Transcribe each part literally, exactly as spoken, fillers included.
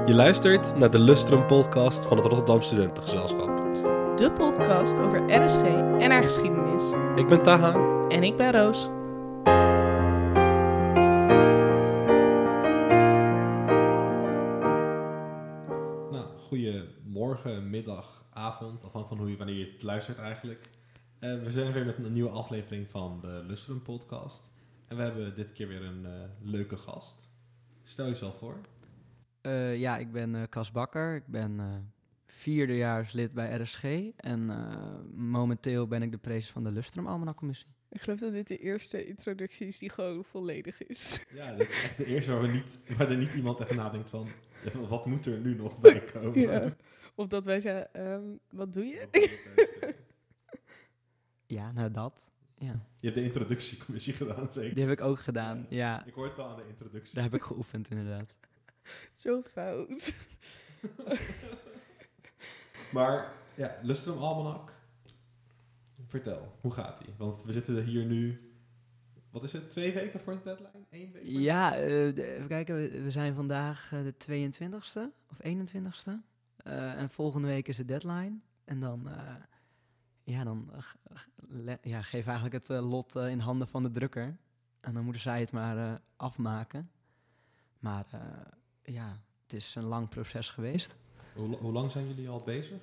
Je luistert naar de Lustrum podcast van het Rotterdam Studentengezelschap. De podcast over R S G en haar geschiedenis. Ik ben Taha. En ik ben Roos. Nou, goedemorgen, middag, avond, afhankelijk van hoe je, wanneer je het luistert eigenlijk. Uh, we zijn weer met een nieuwe aflevering van de Lustrum podcast. En we hebben dit keer weer een uh, leuke gast. Stel jezelf voor. Uh, ja, ik ben uh, Cas Bakker. Ik ben uh, vierdejaars bij R S G. En uh, momenteel ben ik de prezes van de Lustrum Almanak-commissie. Ik geloof dat dit de eerste introductie is die gewoon volledig is. Ja, dit is echt de eerste waar, we niet, waar er niet iemand even nadenkt van... Wat moet er nu nog bij komen? Ja. Of dat wij zeggen, um, wat doe je? Ja, nou dat. Ja. Je hebt de introductiecommissie gedaan, zeker? Die heb ik ook gedaan, ja. ja. Ik hoor het wel aan de introductie. Daar heb ik geoefend, inderdaad. Zo fout. Maar, ja, Lustrum Almanak. Vertel, hoe gaat die? Want we zitten hier nu... Wat is het? Twee weken voor de deadline? Eén week? Ja, uh, de, even kijken. We, we zijn vandaag uh, de tweeëntwintigste of eenentwintigste. Uh, en volgende week is de deadline. En dan... Uh, Ja, dan uh, le- ja, geef eigenlijk het uh, lot uh, in handen van de drukker. En dan moeten zij het maar uh, afmaken. Maar uh, ja, het is een lang proces geweest. Hoe, hoe lang zijn jullie al bezig?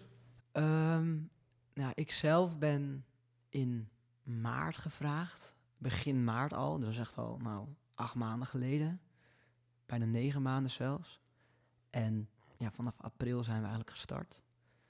Um, nou, ik zelf ben in maart gevraagd. Begin maart al. Dat is echt al nou, acht maanden geleden. Bijna negen maanden zelfs. En ja, vanaf april zijn we eigenlijk gestart.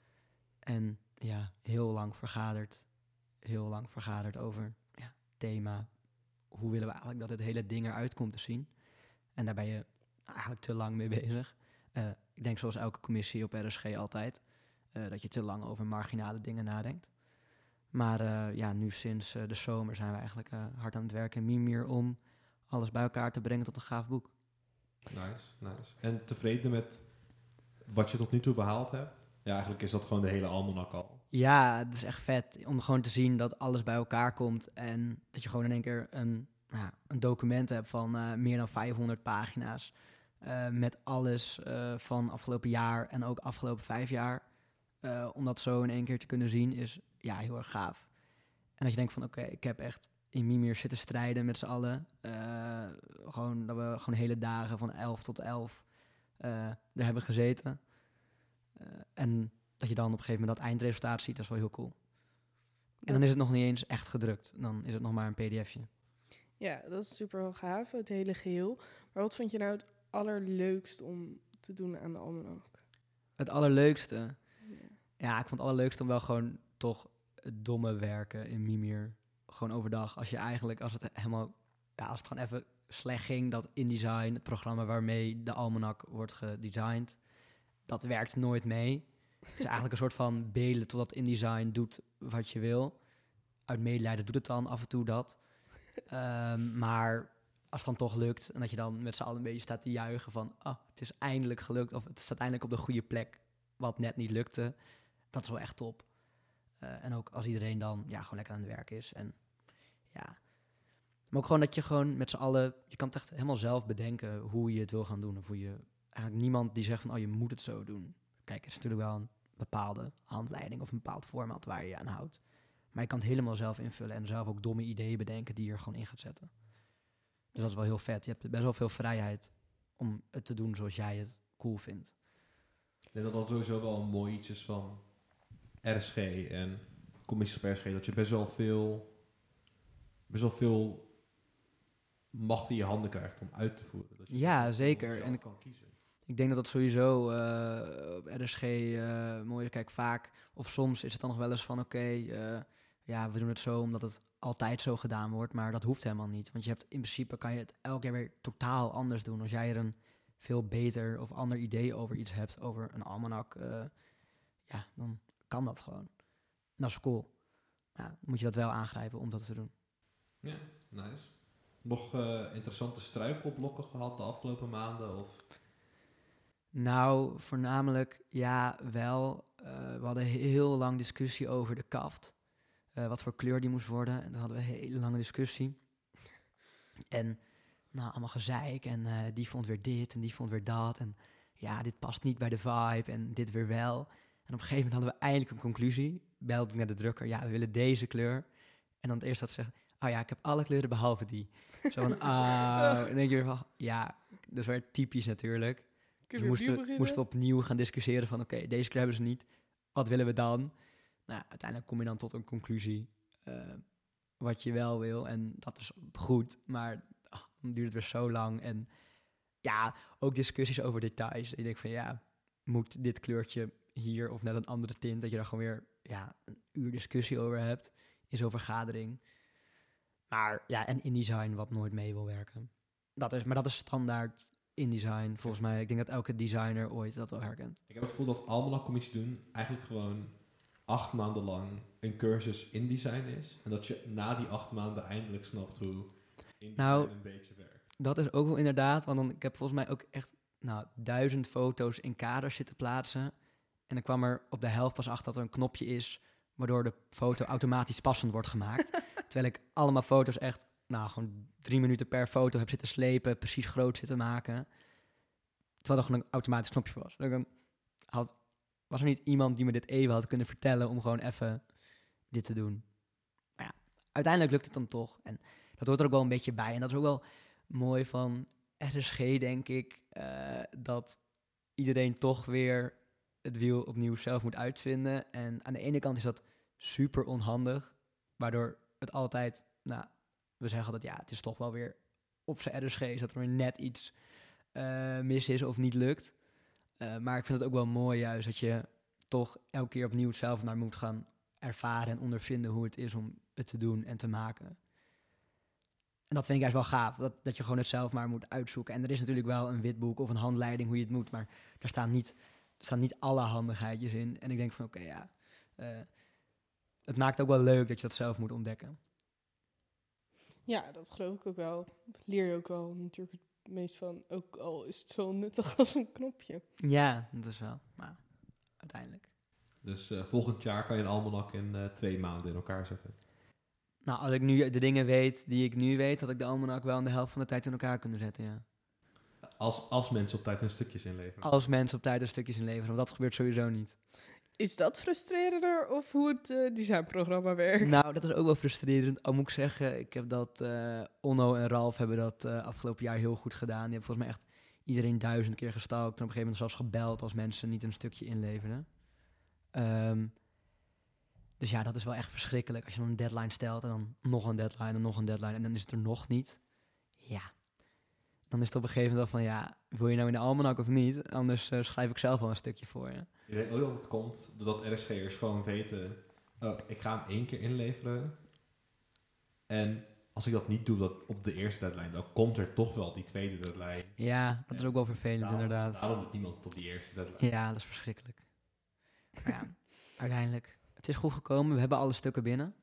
En... Ja, heel lang vergaderd. Heel lang vergaderd over ja, thema. Hoe willen we eigenlijk dat het hele ding eruit komt te zien? En daar ben je eigenlijk te lang mee bezig. Uh, ik denk zoals elke commissie op R S G altijd. Uh, dat je te lang over marginale dingen nadenkt. Maar uh, ja, nu sinds uh, de zomer zijn we eigenlijk uh, hard aan het werken in Mimir om alles bij elkaar te brengen tot een gaaf boek. Nice, nice. En tevreden met wat je tot nu toe behaald hebt? Ja, eigenlijk is dat gewoon de hele almanak al. Ja, het is echt vet om gewoon te zien dat alles bij elkaar komt. En dat je gewoon in één keer een, nou, een document hebt van uh, meer dan vijfhonderd pagina's. Uh, met alles uh, van afgelopen jaar en ook afgelopen vijf jaar. Uh, om dat zo in één keer te kunnen zien is ja, heel erg gaaf. En dat je denkt van oké, okay, ik heb echt in Mimir zitten strijden met z'n allen. Uh, gewoon dat we gewoon hele dagen van elf tot elf uh, er hebben gezeten. Uh, en dat je dan op een gegeven moment dat eindresultaat ziet, dat is wel heel cool. En dan is het nog niet eens echt gedrukt. Dan is het nog maar een pdfje. Ja, dat is super gaaf, het hele geheel. Maar wat vond je nou het allerleukst om te doen aan de almanak? Het allerleukste? Ja, ja ik vond het allerleukste om wel gewoon toch het domme werken in Mimir. Gewoon overdag. Als je eigenlijk, als het helemaal, ja, als het gewoon even slecht ging, dat InDesign, het programma waarmee de almanak wordt gedesigned, dat werkt nooit mee. Het is eigenlijk een soort van bedelen totdat InDesign doet wat je wil. Uit medelijden doet het dan af en toe dat. Um, maar als het dan toch lukt en dat je dan met z'n allen een beetje staat te juichen van... ah, het is eindelijk gelukt of het staat eindelijk op de goede plek wat net niet lukte. Dat is wel echt top. Uh, en ook als iedereen dan ja, gewoon lekker aan het werk is. En, ja. Maar ook gewoon dat je gewoon met z'n allen... Je kan het echt helemaal zelf bedenken hoe je het wil gaan doen. Of hoe je... Eigenlijk niemand die zegt van, oh, je moet het zo doen. Kijk, het is natuurlijk wel een bepaalde handleiding of een bepaald format waar je je aan houdt. Maar je kan het helemaal zelf invullen en zelf ook domme ideeën bedenken die je er gewoon in gaat zetten. Dus dat is wel heel vet. Je hebt best wel veel vrijheid om het te doen zoals jij het cool vindt. Ik denk dat dat sowieso wel een mooi iets is van R S G en commissies op R S G. Dat je best wel veel, best wel veel macht in je handen krijgt om uit te voeren. Dat je ja, zeker. En ik kan kiezen. Ik denk dat dat sowieso uh, op R S G uh, mooi is. Kijk, vaak of soms is het dan nog wel eens van... oké, okay, uh, ja, we doen het zo omdat het altijd zo gedaan wordt. Maar dat hoeft helemaal niet. Want je hebt in principe kan je het elke keer weer totaal anders doen. Als jij er een veel beter of ander idee over iets hebt, over een almanak... Uh, ja, dan kan dat gewoon. En dat is cool. Ja, dan moet je dat wel aangrijpen om dat te doen. Ja, nice. Nog uh, interessante struikelblokken gehad de afgelopen maanden? Of... Nou, voornamelijk ja, wel. Uh, we hadden heel lang discussie over de kaft. Uh, wat voor kleur die moest worden. En toen hadden we een hele lange discussie. En nou, allemaal gezeik. En uh, die vond weer dit en die vond weer dat. En ja, dit past niet bij de vibe en dit weer wel. En op een gegeven moment hadden we eindelijk een conclusie. Belde ik naar de drukker, ja, we willen deze kleur. En dan het eerst had ze zeggen, oh ja, ik heb alle kleuren behalve die. Zo van, ah, en dan denk je weer van, ja, dat is weer typisch natuurlijk. Dus moesten we, moesten we opnieuw gaan discussiëren van, oké, okay, deze kleur hebben ze niet. Wat willen we dan? Nou, uiteindelijk kom je dan tot een conclusie. Uh, wat je wel wil. En dat is goed. Maar ach, dan duurt het weer zo lang. En ja, ook discussies over details. Je denkt van, ja, moet dit kleurtje hier of net een andere tint? Dat je daar gewoon weer ja, een uur discussie over hebt. In zo'n vergadering. Maar ja, en InDesign wat nooit mee wil werken. Dat is, maar dat is standaard InDesign, volgens mij. Ik denk dat elke designer ooit dat wel herkent. Ik heb het gevoel dat Almanak-commissie doen eigenlijk gewoon acht maanden lang een cursus InDesign is. En dat je na die acht maanden eindelijk snapt hoe InDesign nou, een beetje werkt. Dat is ook wel inderdaad, want dan, ik heb volgens mij ook echt nou, duizend foto's in kaders zitten plaatsen. En dan kwam er op de helft pas achter dat er een knopje is, waardoor de foto automatisch passend wordt gemaakt. Terwijl ik allemaal foto's echt, nou gewoon drie minuten per foto heb zitten slepen, precies groot zitten maken. Terwijl er gewoon een automatisch knopje was. Dan had, was er niet iemand die me dit even had kunnen vertellen om gewoon even dit te doen. Maar ja, uiteindelijk lukt het dan toch. En dat hoort er ook wel een beetje bij. En dat is ook wel mooi van R S G, denk ik, uh, dat iedereen toch weer het wiel opnieuw zelf moet uitvinden. En aan de ene kant is dat super onhandig, waardoor het altijd, nou, we zeggen dat ja, het is toch wel weer op zijn R S G, dat er weer net iets uh, mis is of niet lukt. Uh, maar ik vind het ook wel mooi juist dat je toch elke keer opnieuw zelf maar moet gaan ervaren en ondervinden hoe het is om het te doen en te maken. En dat vind ik juist wel gaaf, dat, dat je gewoon het zelf maar moet uitzoeken. En er is natuurlijk wel een witboek of een handleiding hoe je het moet, maar daar staan niet, er staan niet alle handigheidjes in. En ik denk van oké, okay, ja, uh, het maakt ook wel leuk dat je dat zelf moet ontdekken. Ja, dat geloof ik ook wel. Leer je ook wel natuurlijk het meest van, ook al is het zo nuttig als een knopje. Ja, dat is wel, maar uiteindelijk. Dus uh, volgend jaar kan je een almanak in uh, twee maanden in elkaar zetten. Nou, als ik nu de dingen weet die ik nu weet, had ik de almanak wel in de helft van de tijd in elkaar kunnen zetten, ja. Als, als mensen op tijd hun stukjes inleveren. Als mensen op tijd hun stukjes inleveren, want dat gebeurt sowieso niet. Is dat frustrerender of hoe het uh, designprogramma werkt? Nou, dat is ook wel frustrerend. Al moet ik zeggen, ik heb dat, uh, Onno en Ralf hebben dat uh, afgelopen jaar heel goed gedaan. Die hebben volgens mij echt iedereen duizend keer gestalkt. En op een gegeven moment zelfs gebeld als mensen niet een stukje inleverden. Um, dus ja, dat is wel echt verschrikkelijk. Als je dan een deadline stelt en dan nog een deadline en nog een deadline. En dan is het er nog niet. Ja. Dan is het op een gegeven moment wel van, ja, wil je nou in de almanak of niet? Anders uh, schrijf ik zelf wel een stukje voor je. Ik denk ook dat het komt doordat R S G'ers gewoon weten, oh, ik ga hem één keer inleveren. En als ik dat niet doe dat op de eerste deadline, dan komt er toch wel die tweede deadline. Ja, dat is ook wel vervelend daarom, inderdaad. Daarom doet niemand het op die eerste deadline. Ja, dat is verschrikkelijk. Maar ja, uiteindelijk. Het is goed gekomen, we hebben alle stukken binnen.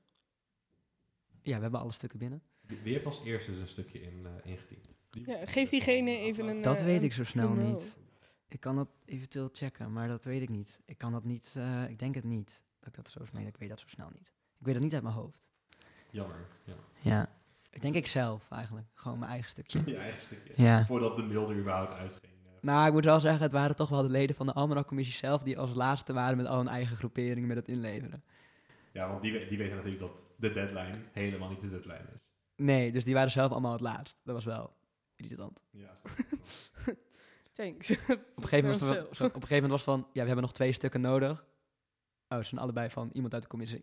Ja, we hebben alle stukken binnen. Wie, wie heeft als eerste een stukje in, uh, ingediend? Die Ja, geef diegene even een... Dat uh, weet ik zo snel een niet. Ik kan dat eventueel checken, maar dat weet ik niet. Ik kan dat niet, uh, ik denk het niet. Dat ik dat zo snel, ik weet dat zo snel niet. Ik weet het niet uit mijn hoofd. Jammer, ja. Ja, ik denk ik zelf eigenlijk. Gewoon mijn eigen stukje. Je eigen stukje. Ja. Voordat de mail er überhaupt uitging. Uh. Maar ik moet wel zeggen, het waren toch wel de leden van de Almanak-commissie zelf die als laatste waren met al hun eigen groeperingen met het inleveren. Ja, want die, die weten natuurlijk dat de deadline helemaal niet de deadline is. Nee, dus die waren zelf allemaal het laatst. Dat was wel irritant. Ja, Thanks. Op een gegeven moment was het, op een gegeven moment was van, ja, we hebben nog twee stukken nodig. Oh, ze zijn allebei van iemand uit de commissie.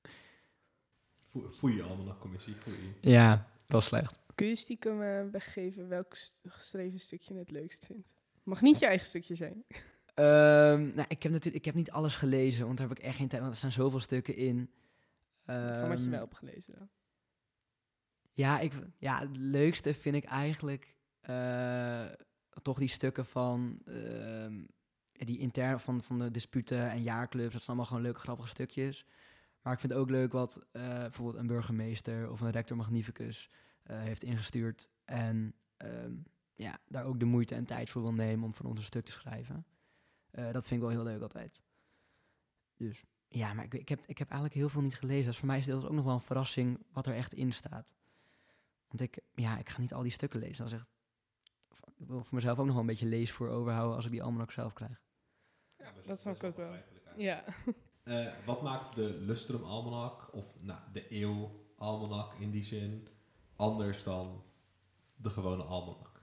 Foei je almanak-commissie, foei. Ja, wel slecht. Kun je stiekem uh, weggeven welk st- geschreven stukje je het leukst vindt? Mag niet je eigen stukje zijn. Um, nou, ik heb natuurlijk, ik heb niet alles gelezen, want daar heb ik echt geen tijd, want er staan zoveel stukken in. Um, Van wat je wel hebt gelezen dan? Ja, ik, ja, het leukste vind ik eigenlijk uh, toch die stukken van uh, die interne van, van de disputen en jaarclubs. Dat zijn allemaal gewoon leuke, grappige stukjes. Maar ik vind het ook leuk wat uh, bijvoorbeeld een burgemeester of een rector magnificus uh, heeft ingestuurd. En um, ja, daar ook de moeite en tijd voor wil nemen om voor ons een stuk te schrijven. Uh, dat vind ik wel heel leuk altijd. Dus ja, maar ik, ik, heb, ik heb eigenlijk heel veel niet gelezen. Dus voor mij is dit ook nog wel een verrassing wat er echt in staat. Want ik, ja, ik ga niet al die stukken lezen. Dat is echt ik wil voor mezelf ook nog wel een beetje leesvoer overhouden als ik die almanak zelf krijg. Ja, best- dat snap best ik ook wel. begrijpelijk eigenlijk. Ja. Eh, wat maakt de Lustrum Almanak, of nou, de Eeuw Almanak in die zin, anders dan de gewone almanak?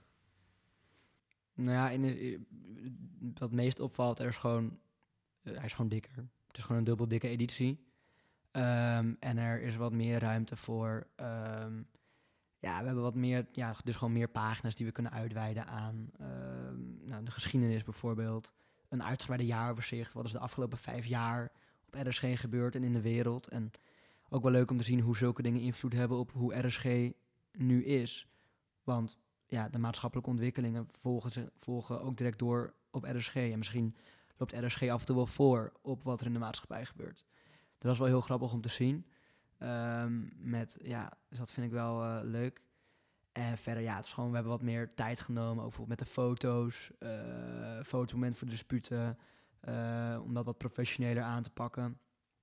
Nou ja, in de, wat het meest opvalt, er is gewoon, eh, hij is gewoon dikker. Het is gewoon een dubbel dikke editie. Ehm, en er is wat meer ruimte voor, ehm, ja, we hebben wat meer, ja, dus gewoon meer pagina's die we kunnen uitweiden aan ehm, nou, de geschiedenis bijvoorbeeld. Een uitgebreide jaaroverzicht. Wat is de afgelopen vijf jaar op R S G gebeurd en in de wereld? En ook wel leuk om te zien hoe zulke dingen invloed hebben op hoe R S G nu is. Want ja, de maatschappelijke ontwikkelingen volgen, ze, volgen ook direct door op R S G. En misschien loopt R S G af en toe wel voor op wat er in de maatschappij gebeurt. Dat was wel heel grappig om te zien. Um, met, ja, dus dat vind ik wel uh, leuk. En verder, ja, het is gewoon, we hebben wat meer tijd genomen, ook bijvoorbeeld met de foto's, uh, fotomoment voor de disputen, uh, om dat wat professioneler aan te pakken.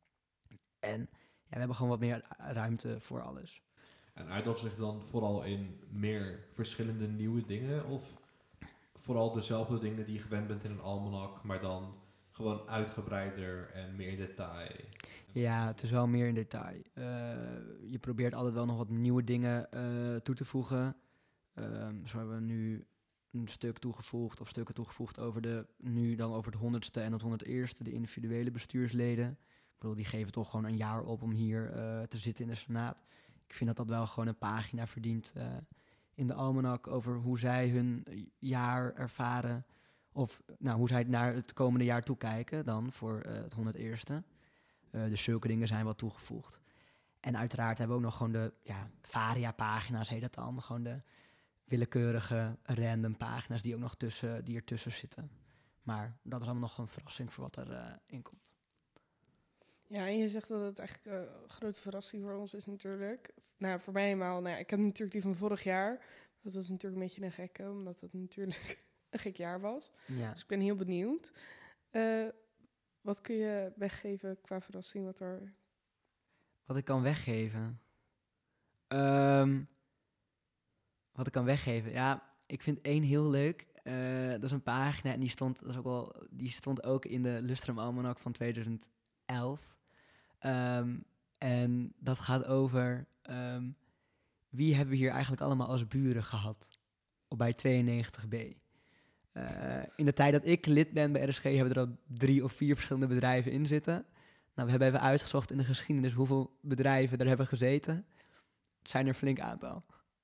En ja, we hebben gewoon wat meer ruimte voor alles. En uit dat zich dan vooral in meer verschillende nieuwe dingen, of vooral dezelfde dingen die je gewend bent in een almanak, maar dan gewoon uitgebreider en meer in detail? Ja, het is wel meer in detail. Uh, je probeert altijd wel nog wat nieuwe dingen uh, toe te voegen. Um, zo hebben we nu een stuk toegevoegd, of stukken toegevoegd over de, nu dan over het honderdste en het honderdeerste, de individuele bestuursleden. Ik bedoel, die geven toch gewoon een jaar op om hier uh, te zitten in de Senaat. Ik vind dat dat wel gewoon een pagina verdient uh, in de almanak over hoe zij hun jaar ervaren. Of nou, hoe zij naar het komende jaar toekijken dan voor uh, het honderdeerste. Uh, dus zulke dingen zijn wat toegevoegd. En uiteraard hebben we ook nog gewoon de ja, varia-pagina's, heet dat dan. Gewoon de willekeurige random pagina's die ook nog tussen, die ertussen zitten. Maar dat is allemaal nog een verrassing voor wat er uh, in komt. Ja, en je zegt dat het eigenlijk uh, een grote verrassing voor ons is natuurlijk. Nou, voor mij helemaal. Nou ja, ik heb natuurlijk die van vorig jaar. Dat was natuurlijk een beetje een gekke, omdat het natuurlijk een gek jaar was. Ja. Dus ik ben heel benieuwd. Uh, wat kun je weggeven qua verrassing? Wat er... Wat ik kan weggeven? Um, wat ik kan weggeven? Ja, ik vind één heel leuk. Uh, dat is een pagina en die stond, dat is ook wel, die stond ook in de Lustrum Almanak van tweeduizend elf. Um, en dat gaat over um, wie hebben we hier eigenlijk allemaal als buren gehad op bij tweeënnegentig B. Uh, in de tijd dat ik lid ben bij R S G hebben er al drie of vier verschillende bedrijven in zitten. Nou, we hebben even uitgezocht in de geschiedenis hoeveel bedrijven er hebben gezeten. Het zijn er een flink aantal.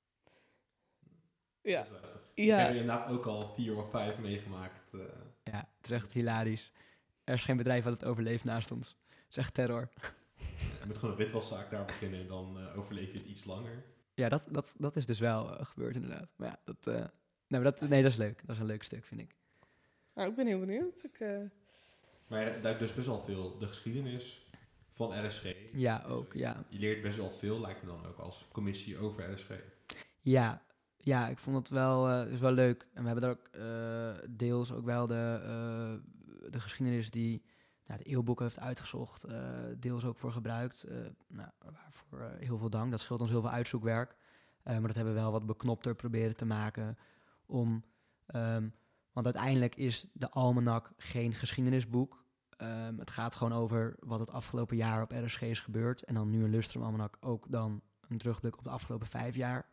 Ja. Ja. Ik heb er inderdaad ook al vier of vijf meegemaakt. Uh. Ja, het is echt hilarisch. Er is geen bedrijf wat het overleeft naast ons. Het is echt terror. Je moet gewoon een witwaszaak daar beginnen en dan uh, overleef je het iets langer. Ja, dat, dat, dat is dus wel uh, gebeurd inderdaad. Maar ja, dat, uh, nee, maar dat, nee, dat is leuk. Dat is een leuk stuk, vind ik. Nou, ik ben heel benieuwd. Ik, uh... Maar je duikt dus best wel veel de geschiedenis van R S G. Ja, ook, dus, ja. Je leert best wel veel, lijkt me dan ook, als commissie over R S G. Ja, ja, ik vond het wel, uh, is wel leuk. En we hebben daar ook uh, deels ook wel de, uh, de geschiedenis die nou, het eeuwboek heeft uitgezocht, uh, deels ook voor gebruikt. Uh, nou, waarvoor uh, heel veel dank. Dat scheelt ons heel veel uitzoekwerk. Uh, maar dat hebben we wel wat beknopter proberen te maken om... Um, want uiteindelijk is de almanak geen geschiedenisboek. Um, het gaat gewoon over wat het afgelopen jaar op R S G is gebeurd. En dan nu een Lustrum Almanak ook dan een terugblik op de afgelopen vijf jaar.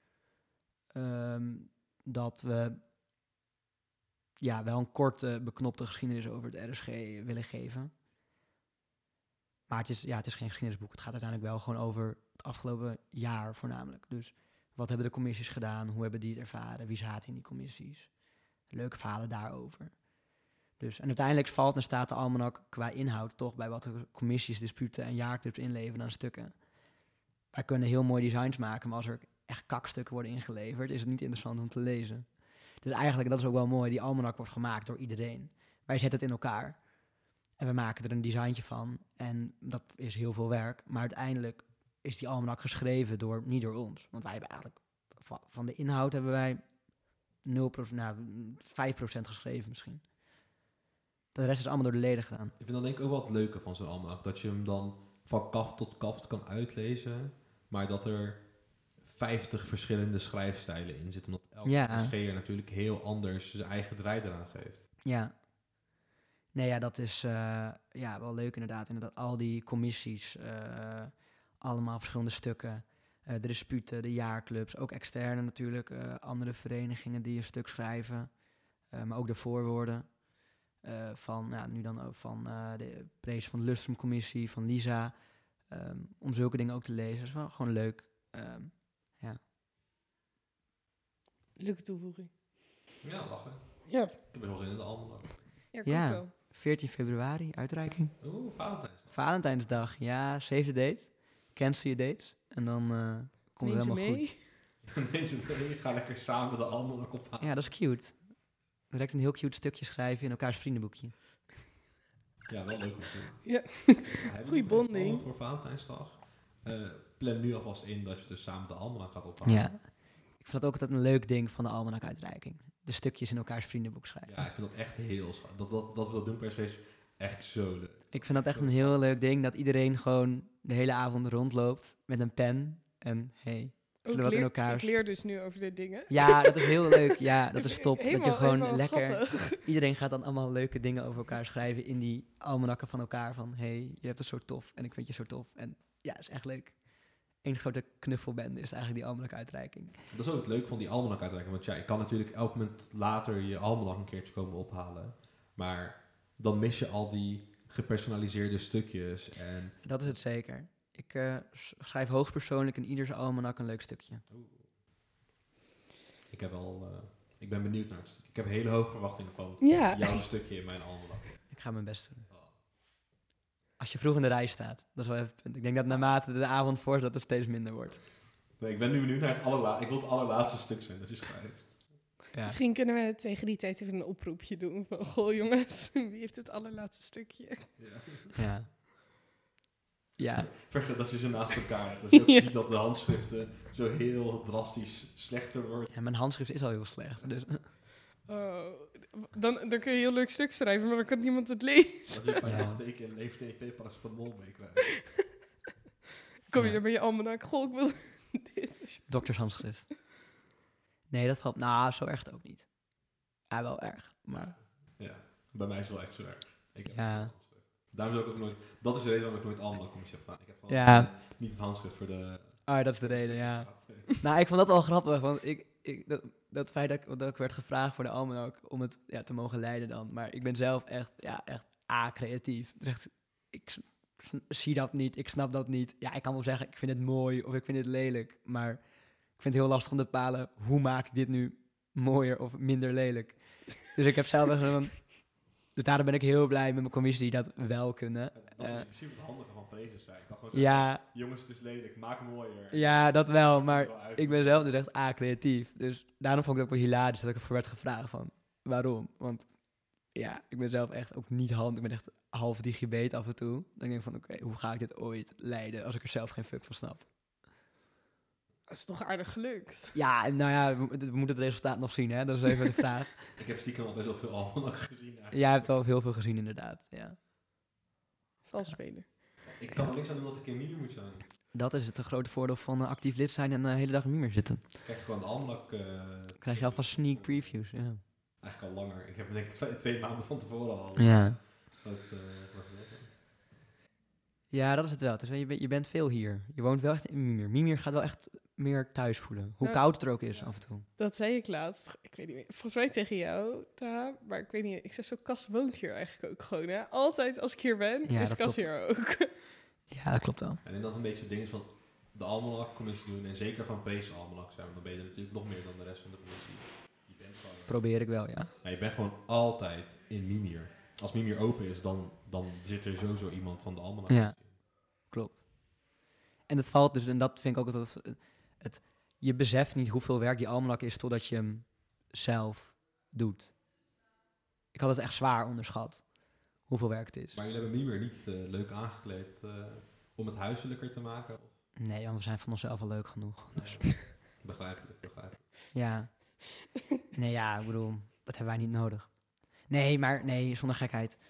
Um, dat we ja, wel een korte, beknopte geschiedenis over het R S G willen geven. Maar het is, ja, het is geen geschiedenisboek. Het gaat uiteindelijk wel gewoon over het afgelopen jaar voornamelijk. Dus wat hebben de commissies gedaan? Hoe hebben die het ervaren? Wie zaten in die commissies? Leuke verhalen daarover. Dus, en uiteindelijk valt en staat de almanak qua inhoud toch bij wat de commissies, disputen en jaarclubs inleveren aan stukken. Wij kunnen heel mooi designs maken, maar als er echt kakstukken worden ingeleverd, is het niet interessant om te lezen. Dus eigenlijk, dat is ook wel mooi, die almanak wordt gemaakt door iedereen. Wij zetten het in elkaar en we maken er een designtje van. En dat is heel veel werk, maar uiteindelijk is die almanak geschreven door, niet door ons. Want wij hebben eigenlijk, van, van de inhoud hebben wij nul procent, nou, vijf procent geschreven misschien. De rest is allemaal door de leden gedaan. Ik vind dat denk ik ook wel het leuke van zo'n almanak. Dat je hem dan van kaft tot kaft kan uitlezen. Maar dat er vijftig verschillende schrijfstijlen in zitten. Omdat elke Ja. scheer natuurlijk heel anders zijn eigen draai eraan geeft. Ja. Nee, ja, dat is uh, ja, wel leuk inderdaad. Inderdaad, al die commissies, uh, allemaal verschillende stukken. Uh, de disputen, de jaarclubs, ook externe natuurlijk. Uh, andere verenigingen die een stuk schrijven. Uh, maar ook de voorwoorden. Uh, van, ja, nu dan ook van uh, de prees van de Lustrumcommissie, van Lisa. Um, om zulke dingen ook te lezen. Dat is wel gewoon leuk. Um, ja. Leuke toevoeging. Ja, lachen. Ja. Ik heb er wel zin in de almanak. Ja, Ja. wel. veertien februari, uitreiking. Oeh, Valentijnsdag. Valentijnsdag, ja, save the date. Cancel je dates. En dan uh, komt het Neem helemaal ze goed. mee? Neem ze mee, ga lekker samen de almanak ophalen. Ja, dat is cute. Direct een heel cute stukje schrijven in elkaars vriendenboekje. Ja, wel leuk om te doen. Ja. Hebben Goeie we nog bonding. plannen voor Valentijnsdag? Uh, plan nu alvast in dat je dus samen de almanak gaat ophalen. Ja. Ik vind dat ook altijd een leuk ding van de almanak-uitreiking. De stukjes in elkaars vriendenboek schrijven. Ja, ik vind dat echt heel schat. Dat, dat, dat we dat doen per se is echt zo leuk. Ik vind dat echt een heel leuk ding, dat iedereen gewoon de hele avond rondloopt met een pen. En hey, Oh, zullen ik, we wat in leer, elkaar... ik leer dus nu over dit dingen. Ja, dat is heel leuk. Ja, dat is top. Dat je Helemaal- gewoon helemaal lekker... schattig. Iedereen gaat dan allemaal leuke dingen over elkaar schrijven in die almanakken van elkaar. Van, hey, je hebt het zo tof en ik vind je zo tof. En ja, is echt leuk. Eén grote knuffelbende is eigenlijk die almanak-uitreiking. Dat is ook het leuke van die almanak uitreiken. Want ja, je kan natuurlijk elk moment later je almanak een keertje komen ophalen. Maar dan mis je al die gepersonaliseerde stukjes. En Dat is het zeker. Ik uh, schrijf hoogstpersoonlijk in ieders almanak een leuk stukje. ik heb wel, uh, ik ben benieuwd naar het stuk. Ik heb hele hoge verwachtingen van Ja. jouw stukje in mijn almanak. Ik ga mijn best doen. Als je vroeg in de rij staat, dat is wel even het punt. Ik denk dat naarmate de avond voor dat het steeds minder wordt. Nee, ik ben nu benieuwd naar het allerlaatste. Ik wil het allerlaatste stuk zijn dat je schrijft. Ja. Misschien kunnen we tegen die tijd even een oproepje doen. Van, goh jongens, wie heeft het allerlaatste stukje? Ja. Ja. Ja. Vergeet dat je ze naast elkaar hebt. Dus je ook Ja. ziet dat de handschriften zo heel drastisch slechter worden. Ja, mijn handschrift is al heel slecht. Dus. Oh, dan, dan kun je een heel leuk stuk schrijven, maar dan kan niemand het lezen. Dat je bij Ja. dat teken een even twee paracetamol meekrijgt. Kom je Ja. dan bij je almanak, goh, ik wil dit. Doktershandschrift. Nee, dat valt... Nou, zo erg ook niet. Ja, wel erg. Maar Ja, bij mij is het wel echt zo erg. Ik heb Ja. geen handschrift. Daarom zou ik ook nooit... Dat is de reden waarom ik nooit allemaal commissie heb gedaan. Ik heb gewoon Ja. eh, niet het handschrift voor de... oh, dat is de reden, ja. Nou, ik vond dat wel grappig, want ik, ik, dat, dat feit dat ik, dat ik werd gevraagd voor de almanak om het ja, te mogen leiden dan. Maar ik ben zelf echt, ja, echt A-creatief. Dus echt, ik s- s- zie dat niet, ik snap dat niet. Ja, ik kan wel zeggen, ik vind het mooi of ik vind het lelijk. Maar ik vind het heel lastig om te bepalen, hoe maak ik dit nu mooier of minder lelijk. Dus ik heb zelf echt zo'n... Dus daarom ben ik heel blij met mijn commissie die dat wel kunnen. Dat is Eh, in principe het handige van prezes zijn. Ik kan gewoon zeggen, Ja, jongens, het is lelijk, maak mooier. ja, dat wel, maar... Het is wel uit- Ik ben zelf dus echt A-creatief. Dus daarom vond ik het ook wel hilarisch dat ik ervoor werd gevraagd van... Waarom? Want ja, ik ben zelf echt ook niet handig. Ik ben echt half digibet af en toe. Dan denk ik van, oké, hoe ga ik dit ooit leiden als ik er zelf geen fuck van snap? Dat is toch aardig gelukt. Ja, en nou ja, we, we moeten het resultaat nog zien, hè. Dat is even de vraag. Ik heb stiekem al best wel veel almanak gezien. eigenlijk. Jij hebt wel heel veel gezien, inderdaad. Ja. Vals spelen. Ik kan er niks aan doen dat ik in Miele moet zijn. Dat is het grote voordeel van uh, actief lid zijn en de hele dag in Mimer zitten. Ik krijg gewoon de almanak... eh, Dan krijg je alvast sneak previews, ja. Eigenlijk al langer. Ik heb denk ik twee, twee maanden van tevoren al... Ja. Wat, eh, wat gedaan. Ja, dat is het wel. Het is, wel- je, bent- je bent veel hier. Je woont wel echt in Mimir. Mimir gaat wel echt meer thuis voelen. Hoe Ja. koud het er ook is Ja. af en toe. Dat zei ik laatst. Ik weet niet meer. Volgens mij tegen jou, Taha. Maar ik weet niet. Ik zei zo, Cas woont hier eigenlijk ook gewoon. Hè? Altijd als ik hier ben, Ja, is dat Cas klopt. hier ook. Ja, dat klopt wel. En ik dat een beetje het ding is van de almanak-commissie doen en zeker van Prees almanak zijn, want dan ben je natuurlijk nog meer dan de rest van de commissie. Je bent gewoon, Probeer ik wel, ja. ja, je bent gewoon altijd in Mimir. Als Mimir open is, dan, dan zit er sowieso iemand van de almanak. Ja. Klopt. En het valt dus, en dat vind ik ook altijd... Het, het, je beseft niet hoeveel werk die almanak is totdat je hem zelf doet. Ik had het echt zwaar onderschat. Hoeveel werk het is. Maar jullie hebben Mimir niet eh, leuk aangekleed eh, om het huiselijker te maken? Of? Nee, want we zijn van onszelf al leuk genoeg. Dus Begrijpelijk, begrijpelijk. ja. Nee, ja, ik bedoel, dat hebben wij niet nodig. Nee, maar nee, zonder gekheid.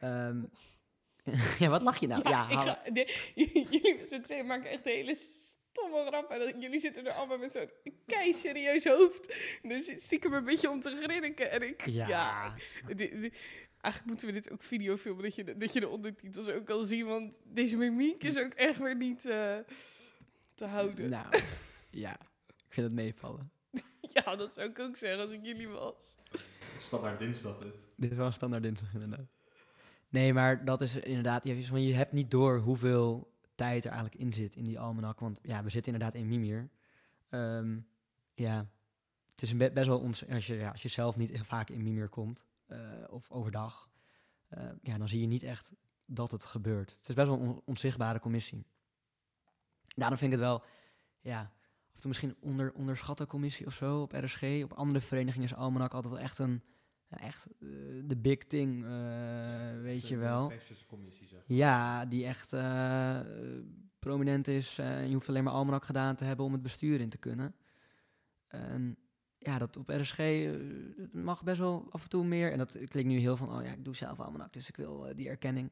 Ehm, ja, wat lach je nou? Ja, ik hou- ga, de- jullie met z'n tweeën maken echt een hele stomme grap. En dat, jullie zitten er allemaal met zo'n kei serieus hoofd. Dus stiekem een beetje om te grinniken. En ik, ja... Ja. di- di- eigenlijk moeten we dit ook video filmen, dat je de, dat je de ondertitels ook kan zien. Want deze mimiek is ook echt weer niet eh, te houden. Nou, ja. Ik vind het meevallen. Ja, dat zou ik ook zeggen als ik jullie was. Standaard dinsdag dit. Dit is wel een standaard dinsdag inderdaad. Nee, maar dat is inderdaad... Je, van, je hebt niet door hoeveel tijd er eigenlijk in zit in die almanak. Want ja, we zitten inderdaad in Mimir. Ehm, ja, het is een be- best wel... Ons, als, je, ja, als je zelf niet vaak in Mimir komt, uh, of overdag... Uh, ja, dan zie je niet echt dat het gebeurt. Het is best wel een on- onzichtbare commissie. Daarom vind ik het wel... Ja, of het misschien onder, onderschatte commissie of zo op R S G. Op andere verenigingen is almanak altijd wel echt een... Ja, echt uh, de big thing, uh, weet je wel. De commissie, zeg. Ja, die echt uh, prominent is. Uh, en je hoeft alleen maar almanak gedaan te hebben om het bestuur in te kunnen. En ja, dat op R S G uh, het mag best wel af en toe meer. En dat klinkt nu heel van, oh ja, ik doe zelf almanak, dus ik wil uh, die erkenning.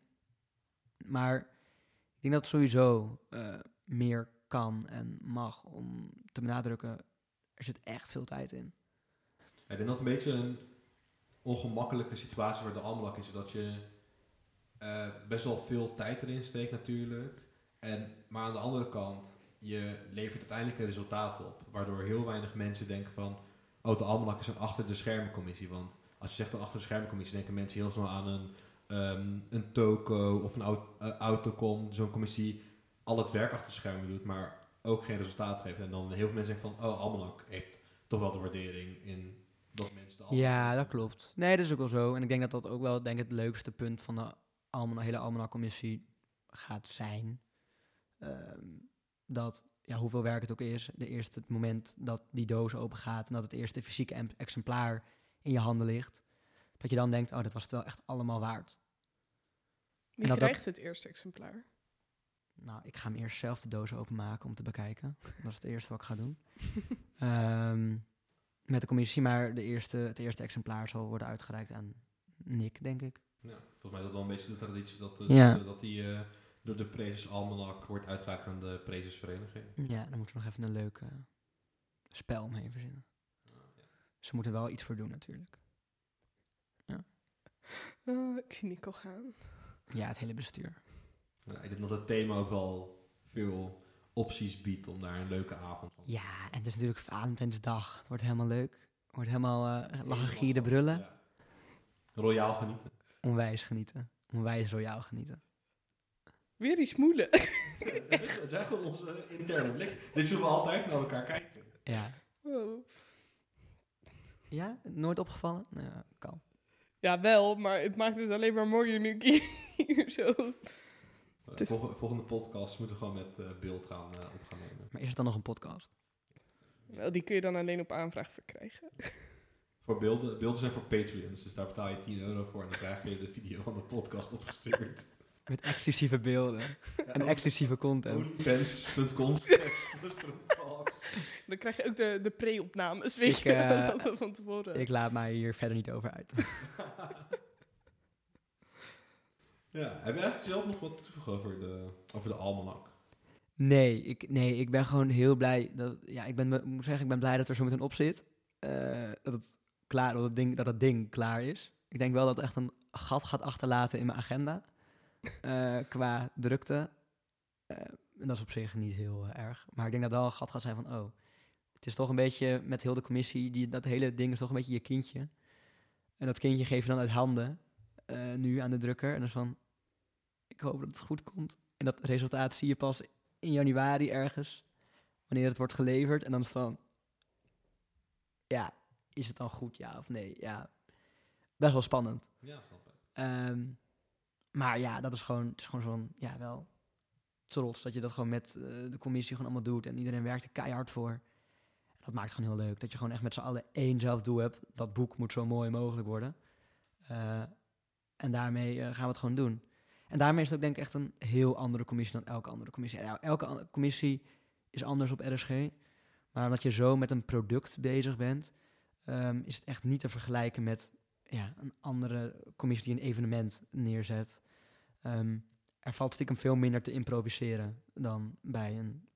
Maar ik denk dat het sowieso uh, meer kan en mag om te benadrukken. Er zit echt veel tijd in. Ja, ik denk dat een beetje een ongemakkelijke situatie waar de almanak is, dat je uh, best wel veel tijd erin steekt natuurlijk. En, maar aan de andere kant, je levert uiteindelijk een resultaat op, waardoor heel weinig mensen denken van, oh, de almanak is een achter de schermen commissie. Want als je zegt een achter de schermen commissie, denken mensen heel snel aan een, um, een toko of een auto, uh, autocom, zo'n commissie al het werk achter de schermen doet, maar ook geen resultaat geeft. En dan heel veel mensen denken van, oh, almanak heeft toch wel de waardering in dat mensen de ja, dat klopt. Nee, dat is ook wel zo. En ik denk dat dat ook wel denk ik, het leukste punt van de almanak, hele almanak-commissie gaat zijn. Um, dat, ja, hoeveel werk het ook is, de eerste het moment dat die doos open gaat en dat het eerste fysieke em- exemplaar in je handen ligt, dat je dan denkt, oh, dat was het wel echt allemaal waard. Wie dat, krijgt dat, het eerste exemplaar? Nou, ik ga hem eerst zelf de doos openmaken om te bekijken. Dat is het eerste wat ik ga doen. um, met de commissie, maar de eerste, het eerste exemplaar zal worden uitgereikt aan Nick, denk ik. Ja, volgens mij is dat wel een beetje de traditie dat, uh, ja. dat, dat die uh, door de Prezes Almanak wordt uitgereikt aan de Prezesvereniging. Ja, dan moeten we nog even een leuk uh, spel omheen verzinnen. Uh, ja. Ze moeten wel iets voor doen natuurlijk. Ja. Uh, ik zie Nico gaan. Ja, het hele bestuur. Ja, ik denk dat het thema ook wel veel opties biedt om daar een leuke avond van te ja, en het is natuurlijk Valentijnsdag. Het wordt helemaal leuk. Het wordt helemaal uh, lachen, gieren, brullen. Ja. Royaal genieten. Onwijs genieten. Onwijs royaal genieten. Weer die smoelen. Ja, het, is, het zijn gewoon onze interne blik. Dit zullen we altijd naar elkaar kijken. Ja. Oh. Ja? Nooit opgevallen? Nou ja, kan. Ja, wel, maar het maakt het alleen maar mooier nu ik hier zo... Uh, volgende, volgende podcast moeten we gewoon met uh, beeld gaan uh, op gaan nemen. Maar is het dan nog een podcast? Wel, die kun je dan alleen op aanvraag verkrijgen. Voor beelden, beelden zijn voor Patreons, dus daar betaal je tien euro voor en dan krijg je de video van de podcast opgestuurd. Met exclusieve beelden ja, en exclusieve content. onlyfans punt com Dan krijg je ook de, de pre-opnames, weet ik, je, uh, dat we van tevoren. Ik laat mij hier verder niet over uit. Ja, heb je eigenlijk zelf nog wat toe te voegen over de, over de almanak? Nee ik, nee, ik ben gewoon heel blij. Dat, ja, ik ben, me, moet zeggen, ik ben blij dat er zo meteen op zit. Uh, dat, het klaar, dat, het ding, dat het ding klaar is. Ik denk wel dat het echt een gat gaat achterlaten in mijn agenda. Uh, qua drukte. Uh, en dat is op zich niet heel uh, erg. Maar ik denk dat wel een gat gaat zijn van, oh, het is toch een beetje met heel de commissie, die, dat hele ding is toch een beetje je kindje. En dat kindje geef je dan uit handen, uh, nu aan de drukker. En dan is van, ik hoop dat het goed komt. En dat resultaat zie je pas in januari ergens, wanneer het wordt geleverd. En dan is het van, ja, is het dan goed, ja of nee? Ja, best wel spannend. Ja, snap ik. Um, maar ja, dat is gewoon, het is gewoon zo'n, ja, wel trots dat je dat gewoon met uh, de commissie gewoon allemaal doet. En iedereen werkt er keihard voor. En dat maakt het gewoon heel leuk. Dat je gewoon echt met z'n allen éénzelfde doel hebt. Dat boek moet zo mooi mogelijk worden. Uh, en daarmee uh, gaan we het gewoon doen. En daarmee is het ook denk ik echt een heel andere commissie dan elke andere commissie. Ja, elke andere commissie is anders op R S G. Maar omdat je zo met een product bezig bent, um, is het echt niet te vergelijken met ja, een andere commissie die een evenement neerzet. Um, er valt stiekem veel minder te improviseren dan bij een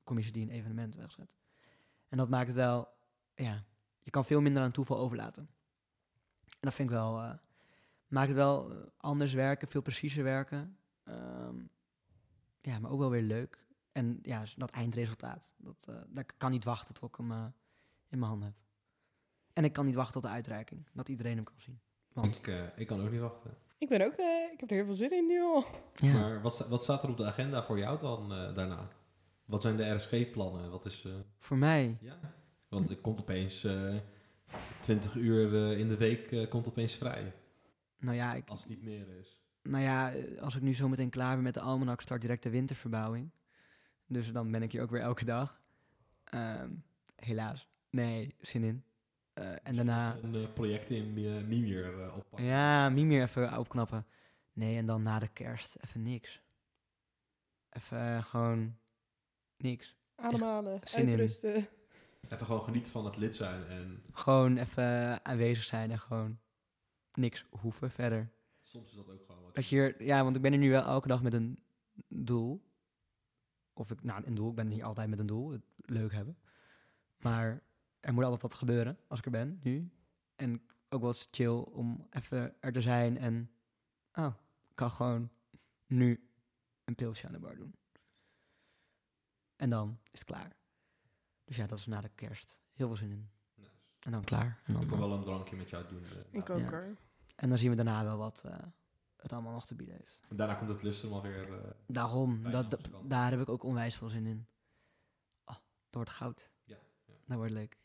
commissie die een evenement wegzet. En dat maakt het wel, ja, je kan veel minder aan toeval overlaten. En dat vind ik wel, uh, maakt het wel uh, anders werken, veel preciezer werken. Um, ja, maar ook wel weer leuk. En ja, dat eindresultaat, dat, uh, dat kan niet wachten tot ik hem uh, in mijn handen heb. En ik kan niet wachten tot de uitreiking, dat iedereen hem kan zien. Want Ik, uh, ik kan ook niet wachten. Ik ben ook, uh, ik heb er heel veel zin in nu al. ja. Maar wat, sta- wat staat er op de agenda voor jou dan uh, daarna? Wat zijn de R S G-plannen? Wat is... Uh, Voor mij, ja, want er komt opeens uh, twintig uur uh, in de week uh, komt opeens vrij. nou ja, ik, Als het niet meer is. nou ja, eh, als ik nu zo meteen klaar ben met de almanak, start direct de winterverbouwing. Dus dan ben ik hier ook weer elke dag. Um, helaas. Nee, zin in. Uh, en daarna... Een uh, project in uh, Mimir uh, oppakken. Ja, Mimir even opknappen. Nee, en dan na de kerst even niks. Even uh, gewoon niks. Ademhalen, Zin in. uitrusten. Even gewoon genieten van het lid zijn en Gewoon even aanwezig zijn en gewoon niks hoeven verder. soms is dat ook gewoon wat. Als je hier, ja, want ik ben er nu wel elke dag met een doel. Of ik, nou, een doel, ik ben niet altijd met een doel, het leuk hebben. Maar er moet altijd wat gebeuren als ik er ben, nu. En ook wel eens chill om even er te zijn en, oh, ik kan gewoon nu een pilsje aan de bar doen. En dan is het klaar. Dus ja, dat is na de kerst. Heel veel zin in. Nice. En dan klaar. En dan, Ik kan wel een drankje met jou doen. Uh, Ik nou. ook Ja. hoor. en dan zien we daarna wel wat uh, het allemaal nog te bieden heeft. En daarna komt het lustrum alweer. Uh, Daarom, Bijna dat, dat, Amsterdam. daar heb ik ook onwijs veel zin in. Oh, dat wordt goud. Ja, ja. Dat wordt leuk.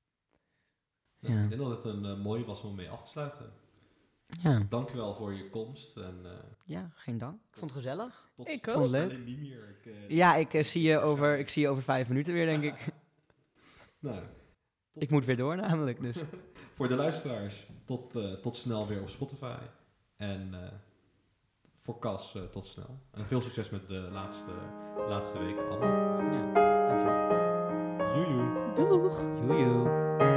nou, Ja. Ik denk dat het een uh, mooie was om mee af te sluiten. Ja. Dankjewel voor je komst. En, uh, ja, geen dank. Ik vond het gezellig. tot Ik tot ook. Vond het snel in Mimir. Ik, uh, Ja, ik, uh, zie, je over, ik zie je over vijf minuten weer, denk ik. Nou, tot- Ik moet weer door namelijk, dus. voor de luisteraars, tot, uh, tot snel weer op Spotify. En uh, voor Cas, uh, tot snel. En veel succes met de laatste, laatste week allemaal. Ja, dankjewel. Joejoe. Doeg! Joejoe.